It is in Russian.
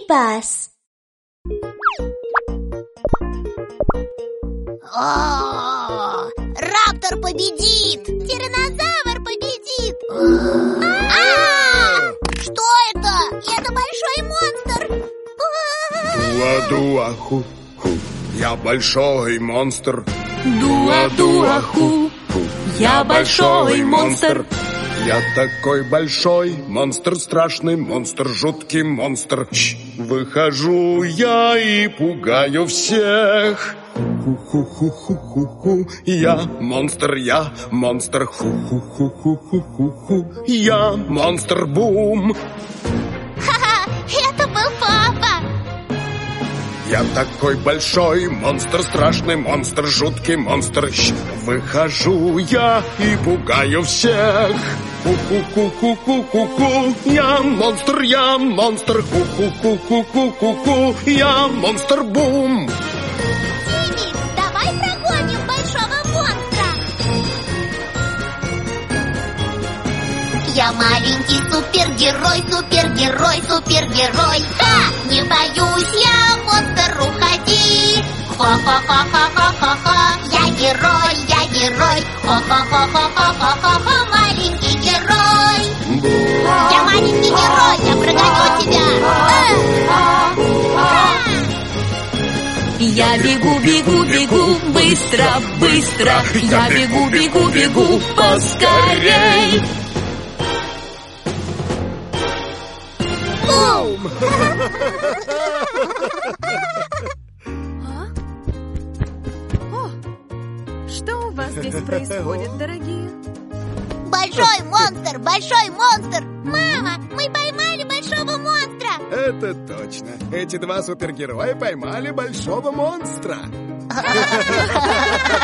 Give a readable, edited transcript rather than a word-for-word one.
пас. Раптор победит! Тираннозавр победит! Что это? Это большой монстр! Дуа-дуа-ху, я большой монстр. Дуа-дуа-ху, я большой монстр. Я такой большой монстр, страшный монстр, жуткий монстр. Выхожу я и пугаю всех. Ху-ху-ху-ху-ху-ху. Я монстр, ху-ху-ху-ху-ху. Я монстр Бум. Ха-ха, это был папа! Я такой большой монстр, страшный монстр, жуткий монстр. Выхожу я и пугаю всех. Ку-ку-ку-ку-ку-ку-ку. Я монстр, ку-ку-ку-ку-ку-ку. Я монстр Бум. Тимми, давай прогоним большого монстра! Я маленький супергерой, супергерой, супергерой. Ха! Не боюсь я, монстр, уходи. Хо-хо-хо-хо-хо-хо-хо. Я герой, хо-хо-хо-хо-хо-хо-хо. Маленький герой. Я маленький герой, я прогоню тебя. Я бегу, бегу, бегу, быстро, быстро. Я бегу, бегу, бегу, поскорей. Бум! Что у вас здесь происходит, дорогие? Большой монстр, большой монстр! Мама, мы поймали большого монстра! Это точно. Эти два супергероя поймали большого монстра.